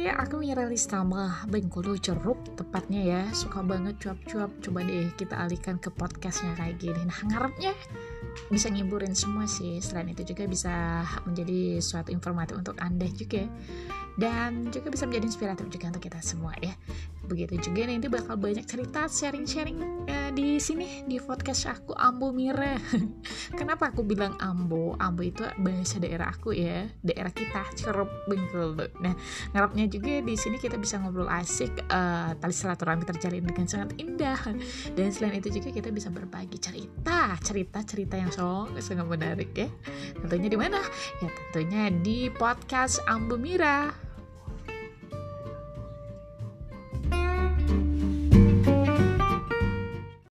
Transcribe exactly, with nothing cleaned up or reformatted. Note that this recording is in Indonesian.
Ya, aku Mira Listama, Bengkulu Ceruk tepatnya ya. Suka banget cuap-cuap. Coba deh kita alihkan ke podcastnya kayak gini. Nah, ngarepnya bisa ngiburin semua sih. Selain itu juga bisa menjadi suatu informatif untuk Anda juga. Dan juga bisa menjadi inspiratif juga untuk kita semua ya. Begitu juga nanti bakal banyak cerita sharing-sharing eh, di sini di podcast aku Ambo Mira. Kenapa aku bilang Ambo? Ambo itu bahasa daerah aku ya, daerah kita Ceruk Bengkulu. Nah, ngarepnya juga di sini kita bisa ngobrol asik, uh, tali silaturahmi terjalin dengan sangat indah. Dan selain itu juga kita bisa berbagi cerita, cerita-cerita yang sangat sangat menarik ya. Tentunya di mana? Ya tentunya di podcast Ambo Mira.